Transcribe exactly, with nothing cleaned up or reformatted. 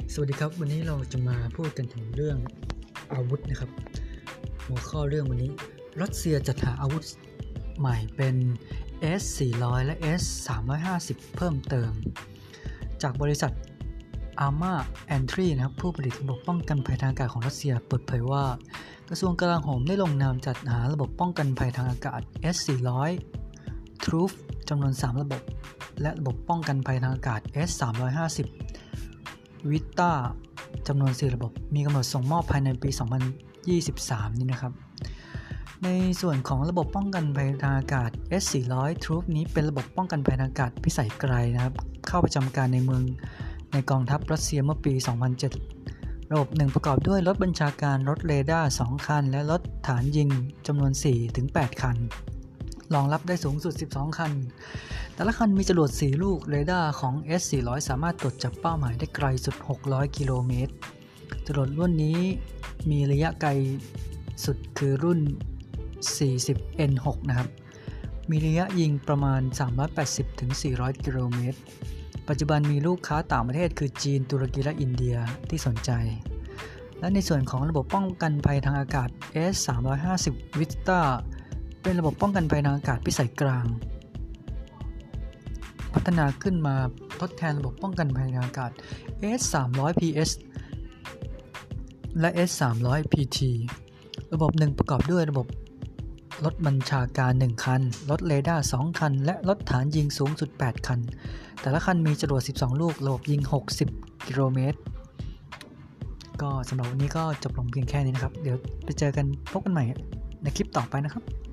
สวัสดีครับวันนี้เราจะมาพูดกันถึงเรื่องอาวุธนะครับหัวข้อเรื่องวันนี้รัสเซียจัดหาอาวุธใหม่เป็น เอส สี่ร้อย และ เอส สามร้อยห้าสิบ เพิ่มเติมจากบริษัท Arma Entry นะครับผู้ผลิตระบบป้องกันภัยทางอากาศของรัสเซียเปิดเผยว่ากระทรวงกลาโหมได้ลงนามจัดหาระบบป้องกันภัยทางอากาศ เอส สี่ร้อย Truth จำนวนสามระบบและระบบป้องกันภัยทางอากาศ เอส สามร้อยห้าสิบวิต้าจำนวนสี่ระบบมีกำหนดส่งมอบภายในปี สองพันยี่สิบสาม นี้นะครับในส่วนของระบบป้องกันภัยทางอากาศ เอส สี่ร้อย Troop นี้เป็นระบบป้องกันภัยทางอากาศพิสัยไกลนะครับเข้าประจำการในเมืองในกองทัพรัสเซียเมื่อปี สองพันเจ็ด ระบบหนึ่งประกอบด้วยรถบัญชาการรถเรดาร์สองคันและรถฐานยิงจำนวน สี่ถึงแปด คันรองรับได้สูงสุดสิบสองคันแต่ละคันมีจรวดสี่ลูกเรดาร์ของ เอส สี่ร้อย สามารถตรวจจับเป้าหมายได้ไกลสุดหกร้อยกิโลเมตรจรวดรุ่นนี้มีระยะไกลสุดคือรุ่น สี่สิบ เอ็น หก นะครับมีระยะยิงประมาณ สามร้อยแปดสิบถึงสี่ร้อย กิโลเมตรปัจจุบันมีลูกค้าต่างประเทศคือจีนตุรกีและอินเดียที่สนใจและในส่วนของระบบป้องกันภัยทางอากาศ เอส สามร้อยห้าสิบ วิสต้าเป็นระบบป้องกันภัยทางอากาศพิสัยกลางพัฒนาขึ้นมาทดแทนระบบป้องกันภัยทางอากาศ เอส สามร้อย พี เอส และ เอส สามร้อย พี ที ระบบหนึ่งประกอบด้วยระบบรถบัญชาการหนึ่งคันรถเรดาร์สองคันและรถฐานยิงสูงสุดแปดคันแต่ละคันมีจรวดสิบสองลูกระบบยิงหกสิบกิโลเมตรก็สำหรับวันนี้ก็จบลงเพียงแค่นี้นะครับเดี๋ยวไปเจอกันพบกันใหม่ในคลิปต่อไปนะครับ